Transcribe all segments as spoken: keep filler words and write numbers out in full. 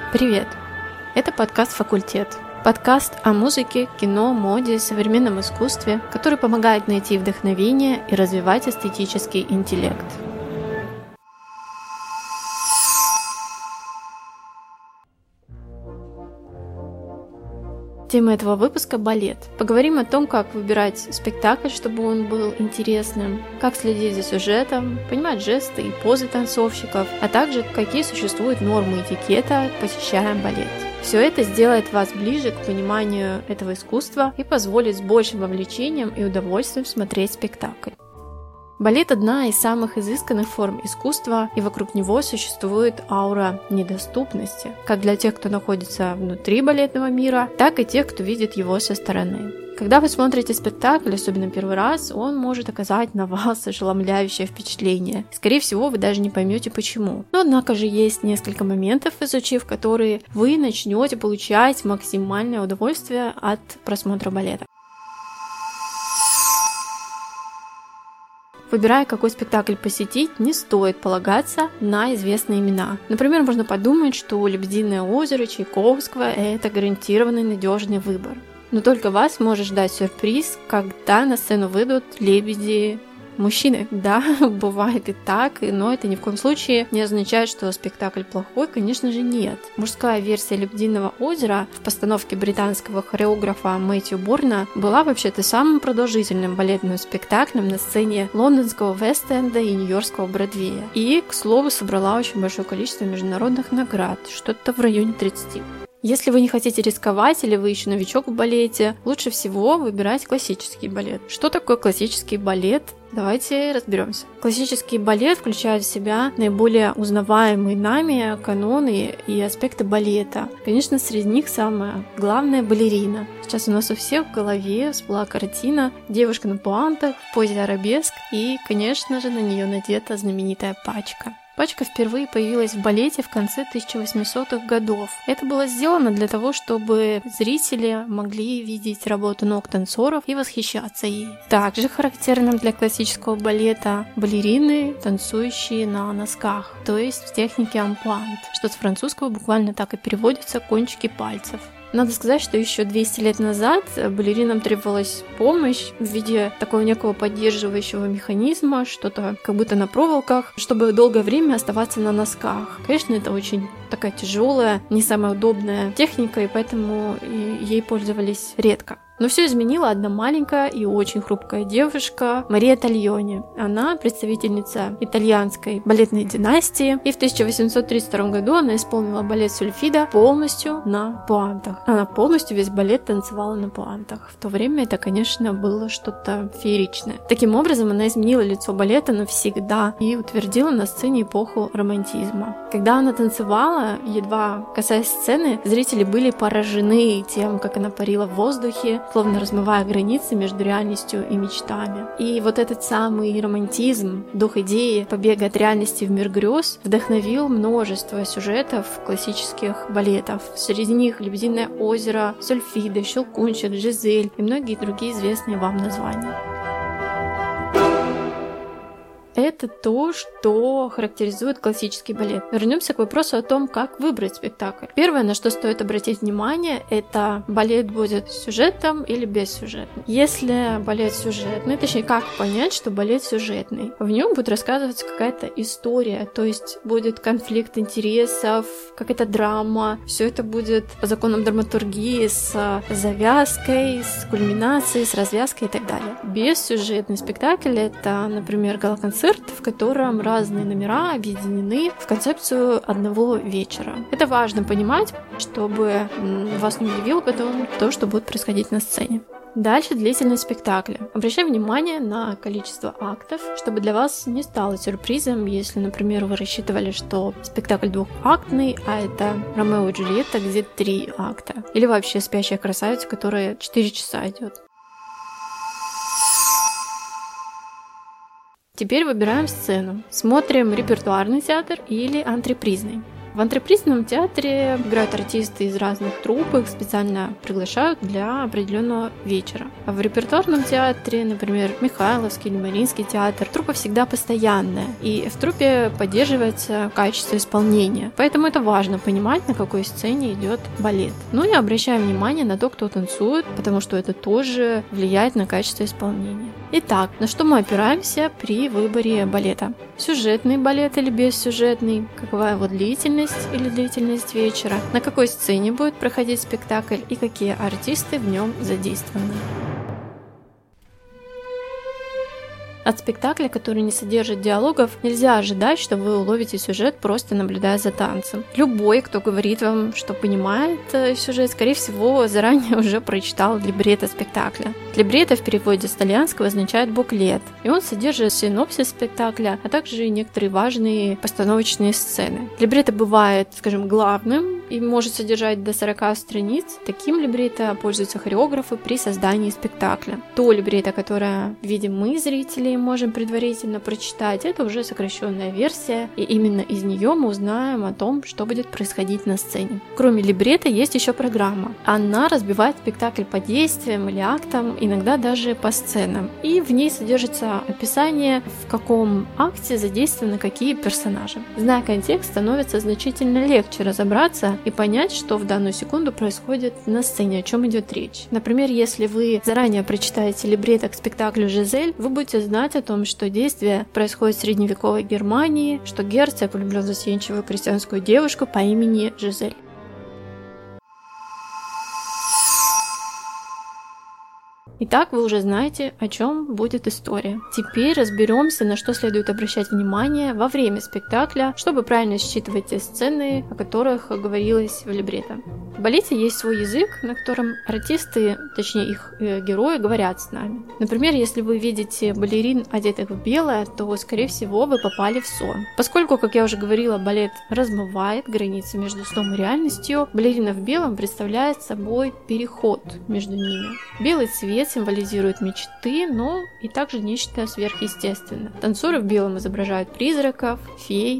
Привет! Это подкаст «Факультет». Подкаст о музыке, кино, моде, современном искусстве, который помогает найти вдохновение и развивать эстетический интеллект. Тема этого выпуска – балет. Поговорим о том, как выбирать спектакль, чтобы он был интересным, как следить за сюжетом, понимать жесты и позы танцовщиков, а также какие существуют нормы этикета, посещая балет. Все это сделает вас ближе к пониманию этого искусства и позволит с большим вовлечением и удовольствием смотреть спектакль. Балет – одна из самых изысканных форм искусства, и вокруг него существует аура недоступности, как для тех, кто находится внутри балетного мира, так и тех, кто видит его со стороны. Когда вы смотрите спектакль, особенно первый раз, он может оказать на вас ошеломляющее впечатление. Скорее всего, вы даже не поймете почему. Но однако же есть несколько моментов, изучив которые, вы начнете получать максимальное удовольствие от просмотра балета. Выбирая, какой спектакль посетить, не стоит полагаться на известные имена. Например, можно подумать, что «Лебединое озеро» Чайковского – это гарантированный надежный выбор. Но только вас может ждать сюрприз, когда на сцену выйдут лебеди мужчины. Да, бывает и так, но это ни в коем случае не означает, что спектакль плохой, конечно же нет. Мужская версия «Лебединого озера» в постановке британского хореографа Мэтью Борна была вообще-то самым продолжительным балетным спектаклем на сцене лондонского Вест-Энда и нью-йоркского Бродвея. И, к слову, собрала очень большое количество международных наград, что-то в районе тридцати. Если вы не хотите рисковать или вы еще новичок в балете, лучше всего выбирать классический балет. Что такое классический балет? Давайте разберемся. Классический балет включает в себя наиболее узнаваемые нами каноны и аспекты балета. Конечно, среди них самое главное — балерина. Сейчас у нас у всех в голове всплыла картина девушка на пуантах в позе арабеск, и, конечно же, на нее надета знаменитая пачка. Пачка впервые появилась в балете в конце тысяча восьмисотых годов. Это было сделано для того, чтобы зрители могли видеть работу ног танцоров и восхищаться ей. Также характерным для классического балета балерины, танцующие на носках, то есть в технике амплуант, что с французского буквально так и переводится «кончики пальцев». Надо сказать, что еще двести лет назад балеринам требовалась помощь в виде такого некого поддерживающего механизма, что-то как будто на проволоках, чтобы долгое время оставаться на носках. Конечно, это очень такая тяжелая, не самая удобная техника, и поэтому ей пользовались редко. Но все изменила одна маленькая и очень хрупкая девушка Мария Тальони. Она представительница итальянской балетной династии, и в тысяча восемьсот тридцать втором году она исполнила балет Сульфида полностью на пуантах. Она полностью весь балет танцевала на пуантах. В то время это, конечно, было что-то фееричное. Таким образом, она изменила лицо балета навсегда и утвердила на сцене эпоху романтизма. Когда она танцевала, едва касаясь сцены, зрители были поражены тем, как она парила в воздухе, словно размывая границы между реальностью и мечтами. И вот этот самый романтизм, дух идеи побега от реальности в мир грез вдохновил множество сюжетов классических балетов. Среди них «Лебединое озеро», «Сульфида», «Щелкунчик», «Жизель» и многие другие известные вам названия. Это то, что характеризует классический балет. Вернемся к вопросу о том, как выбрать спектакль. Первое, на что стоит обратить внимание, это балет будет с сюжетом или без сюжета. Если балет сюжетный, точнее, как понять, что балет сюжетный? В нем будет рассказываться какая-то история, то есть будет конфликт интересов, какая-то драма. Все это будет по законам драматургии с завязкой, с кульминацией, с развязкой и так далее. Бессюжетный спектакль — это, например, гала-концерт, в котором разные номера объединены в концепцию одного вечера. Это важно понимать, чтобы вас не удивило потом то, что будет происходить на сцене. Дальше длительность спектакля. Обращаем внимание на количество актов, чтобы для вас не стало сюрпризом, если, например, вы рассчитывали, что спектакль двухактный, а это Ромео и Джульетта, где три акта. Или вообще «Спящая красавица», которая четыре часа идет. Теперь выбираем сцену. Смотрим репертуарный театр или антрепризный. В антрепризном театре играют артисты из разных труп, их специально приглашают для определенного вечера. А в репертуарном театре, например, Михайловский или Мариинский театр, труппа всегда постоянная, и в труппе поддерживается качество исполнения. Поэтому это важно понимать, на какой сцене идет балет. Ну и обращаем внимание на то, кто танцует, потому что это тоже влияет на качество исполнения. Итак, на что мы опираемся при выборе балета? Сюжетный балет или бессюжетный? Какова его длительность или длительность вечера? На какой сцене будет проходить спектакль и какие артисты в нем задействованы? От спектакля, который не содержит диалогов, нельзя ожидать, что вы уловите сюжет, просто наблюдая за танцем. Любой, кто говорит вам, что понимает сюжет, скорее всего, заранее уже прочитал либретто спектакля. Либретто в переводе с итальянского означает буклет, и он содержит синопсис спектакля, а также некоторые важные постановочные сцены. Либретто бывает, скажем, главным и может содержать до сорока страниц. Таким либретто пользуются хореографы при создании спектакля. То либретто, которое видим мы, зрители, можем предварительно прочитать, это уже сокращенная версия, и именно из нее мы узнаем о том, что будет происходить на сцене. Кроме либретто есть еще программа. Она разбивает спектакль по действиям или актам, иногда даже по сценам. И в ней содержится описание, в каком акте задействованы какие персонажи. Зная контекст, становится значительно легче разобраться и понять, что в данную секунду происходит на сцене, о чем идет речь. Например, если вы заранее прочитаете либретто к спектаклю «Жизель», вы будете знать о том, что действие происходит в средневековой Германии, что герцог влюблен в застенчивую крестьянскую девушку по имени Жизель. Итак, вы уже знаете, о чем будет история. Теперь разберемся, на что следует обращать внимание во время спектакля, чтобы правильно считывать те сцены, о которых говорилось в либретто. В балете есть свой язык, на котором артисты, точнее их э, герои, говорят с нами. Например, если вы видите балерин, одетых в белое, то, скорее всего, вы попали в сон. Поскольку, как я уже говорила, балет размывает границы между сном и реальностью, балерина в белом представляет собой переход между ними. Белый цвет символизирует мечты, но и также нечто сверхъестественное. Танцоры в белом изображают призраков, фей.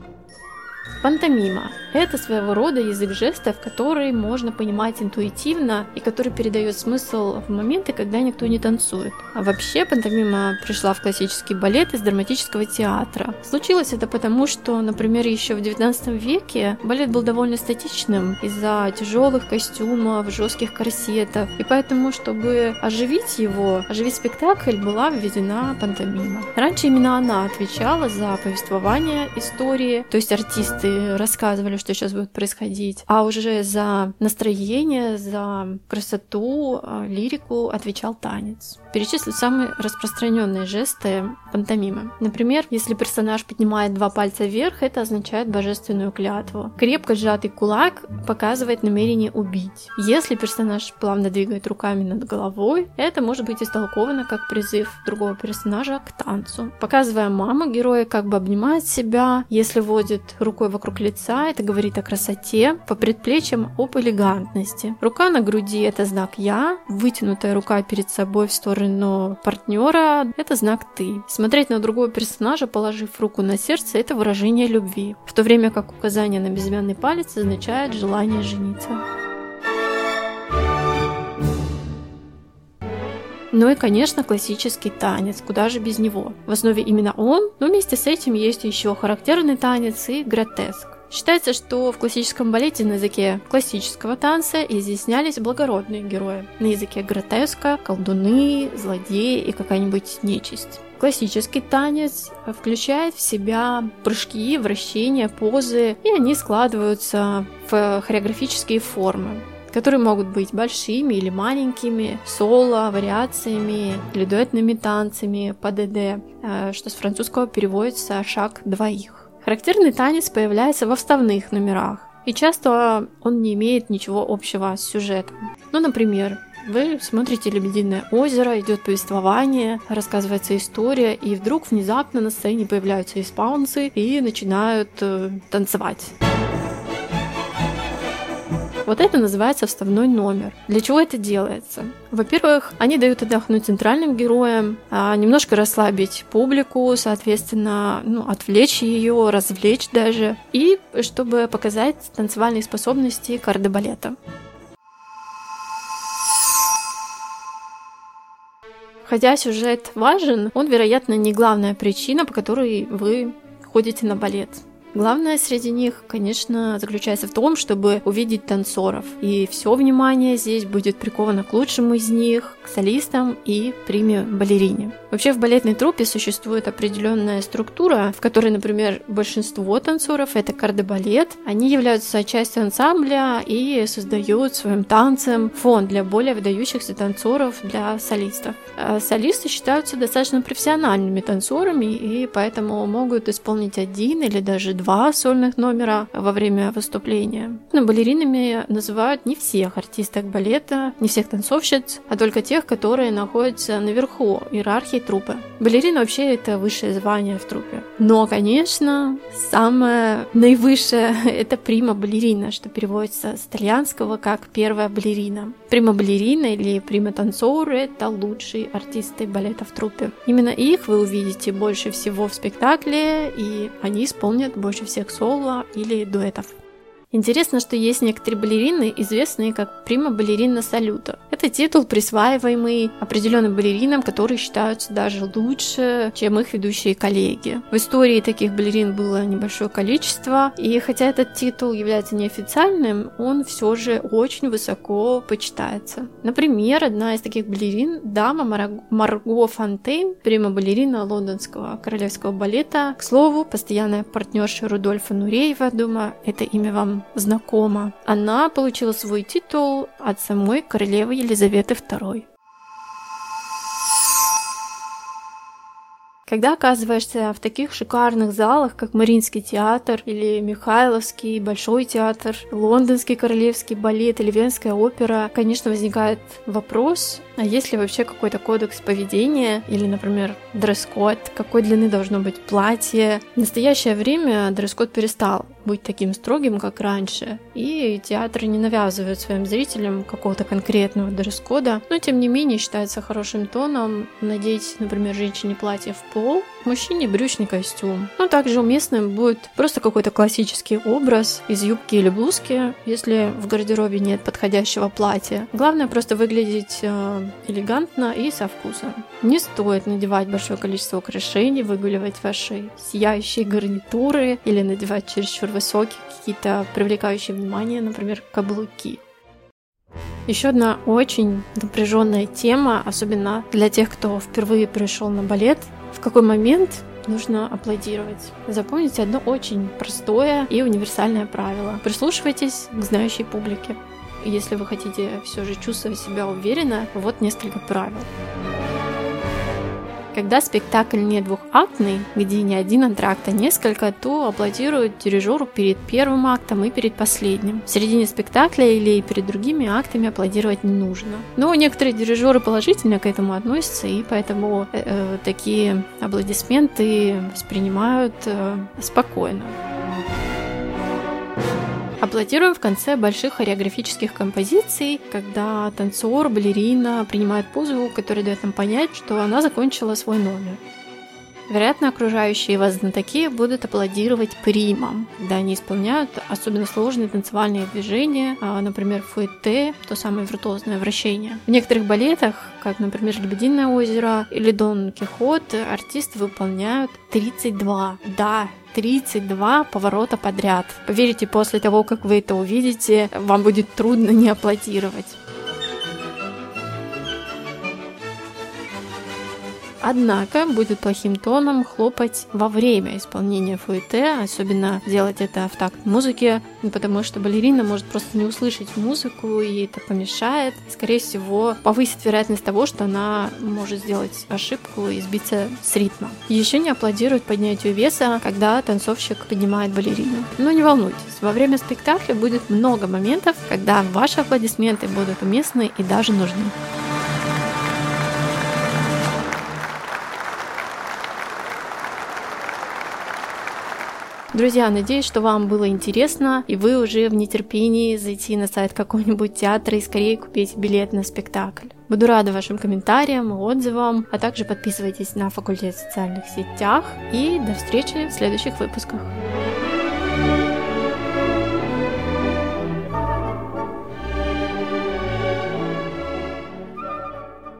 Пантомима – это своего рода язык жестов, который можно понимать интуитивно и который передает смысл в моменты, когда никто не танцует. А вообще пантомима пришла в классический балет из драматического театра. Случилось это потому, что, например, еще в девятнадцатом веке балет был довольно статичным из-за тяжелых костюмов, жестких корсетов, и поэтому, чтобы оживить его, оживить спектакль, была введена пантомима. Раньше именно она отвечала за повествование истории, то есть артисты рассказывали, что сейчас будет происходить, а уже за настроение, за красоту, лирику отвечал танец. Перечислю самые распространенные жесты пантомимы. Например, если персонаж поднимает два пальца вверх, это означает божественную клятву. Крепко сжатый кулак показывает намерение убить. Если персонаж плавно двигает руками над головой, это может быть истолковано как призыв другого персонажа к танцу. Показывая маму, героя как бы обнимает себя, если водит рукой вокруг лица, это говорит о красоте, по предплечьям об элегантности. Рука на груди – это знак «я», вытянутая рука перед собой в сторону партнера – это знак «ты». Смотреть на другого персонажа, положив руку на сердце – это выражение любви, в то время как указание на безымянный палец означает желание жениться. Ну и, конечно, классический танец, куда же без него. В основе именно он, но вместе с этим есть еще характерный танец и гротеск. Считается, что в классическом балете на языке классического танца изъяснялись благородные герои, на языке гротеска – колдуны, злодеи и какая-нибудь нечисть. Классический танец включает в себя прыжки, вращения, позы, и они складываются в хореографические формы, которые могут быть большими или маленькими, соло, вариациями или дуэтными танцами, па-дэ-дэ, что с французского переводится «шаг двоих». Характерный танец появляется во вставных номерах, и часто он не имеет ничего общего с сюжетом. Ну, например, вы смотрите «Лебединое озеро», идет повествование, рассказывается история, и вдруг внезапно на сцене появляются испанцы и начинают э, танцевать. Вот это называется вставной номер. Для чего это делается? Во-первых, они дают отдохнуть центральным героям, немножко расслабить публику, соответственно, ну, отвлечь ее, развлечь даже, и чтобы показать танцевальные способности кардебалета. Хотя сюжет важен, он, вероятно, не главная причина, по которой вы ходите на балет. Главное среди них, конечно, заключается в том, чтобы увидеть танцоров. И все внимание здесь будет приковано к лучшим из них, к солистам и приме-балерине. Вообще в балетной труппе существует определенная структура, в которой, например, большинство танцоров — это кардебалет. Они являются частью ансамбля и создают своим танцем фон для более выдающихся танцоров, для солистов. А солисты считаются достаточно профессиональными танцорами и поэтому могут исполнить один или даже два сольных номера во время выступления. Но балеринами называют не всех артисток балета, не всех танцовщиц, а только тех, которые находятся наверху иерархии труппы. Балерина вообще это высшее звание в труппе. Но, конечно, самое наивысшее — это прима-балерина, что переводится с итальянского как первая балерина. Прима-балерина или прима-танцор — это лучшие артисты балета в труппе. Именно их вы увидите больше всего в спектакле, и они исполнят больше всех соло или дуэтов. Интересно, что есть некоторые балерины, известные как прима-балерина салюта. Это титул, присваиваемый определенным балеринам, которые считаются даже лучше, чем их ведущие коллеги. В истории таких балерин было небольшое количество, и хотя этот титул является неофициальным, он все же очень высоко почитается. Например, одна из таких балерин — дама Марго, Марго Фонтейн, прима-балерина лондонского королевского балета. К слову, постоянная партнерша Рудольфа Нуреева, думаю, это имя вам знакома. Она получила свой титул от самой королевы Елизаветы второй. Когда оказываешься в таких шикарных залах, как Мариинский театр или Михайловский Большой театр, Лондонский королевский балет или Венская опера, конечно, возникает вопрос, а есть ли вообще какой-то кодекс поведения или, например, дресс-код, какой длины должно быть платье. В настоящее время дресс-код перестал быть таким строгим, как раньше, и театры не навязывают своим зрителям какого-то конкретного дресс-кода, но тем не менее считается хорошим тоном надеть, например, женщине платье в пол, мужчине брючный костюм. Но также уместным будет просто какой-то классический образ из юбки или блузки, если в гардеробе нет подходящего платья. Главное просто выглядеть э, элегантно и со вкусом. Не стоит надевать большое количество украшений, выгуливать ваши сияющие гарнитуры или надевать чересчур высокие, какие-то привлекающие внимание, например, каблуки. Еще одна очень напряженная тема, особенно для тех, кто впервые пришел на балет. В какой момент нужно аплодировать? Запомните одно очень простое и универсальное правило. Прислушивайтесь к знающей публике. Если вы хотите все же чувствовать себя уверенно, вот несколько правил. Когда спектакль не двухактный, где не один антракт, а несколько, то аплодируют дирижеру перед первым актом и перед последним. В середине спектакля или перед другими актами аплодировать не нужно. Но некоторые дирижеры положительно к этому относятся, и поэтому э, э, такие аплодисменты воспринимают э, спокойно. Аплодируем в конце больших хореографических композиций, когда танцор, балерина принимает позу, которая дает нам понять, что она закончила свой номер. Вероятно, окружающие вас знатоки будут аплодировать примам, когда они исполняют особенно сложные танцевальные движения, например, фуэте, то самое виртуозное вращение. В некоторых балетах, как, например, «Лебединое озеро» или «Дон Кихот», артисты выполняют тридцать два, да, тридцать два поворота подряд. Поверьте, после того, как вы это увидите, вам будет трудно не аплодировать. Однако будет плохим тоном хлопать во время исполнения фуэте, особенно делать это в такт музыке, потому что балерина может просто не услышать музыку, и это помешает. Скорее всего, повысит вероятность того, что она может сделать ошибку и сбиться с ритма. Еще не аплодируют поднятию веса, когда танцовщик поднимает балерину. Но не волнуйтесь, во время спектакля будет много моментов, когда ваши аплодисменты будут уместны и даже нужны. Друзья, надеюсь, что вам было интересно, и вы уже в нетерпении зайти на сайт какого-нибудь театра и скорее купить билет на спектакль. Буду рада вашим комментариям и отзывам, а также подписывайтесь на факультет в социальных сетях, и до встречи в следующих выпусках.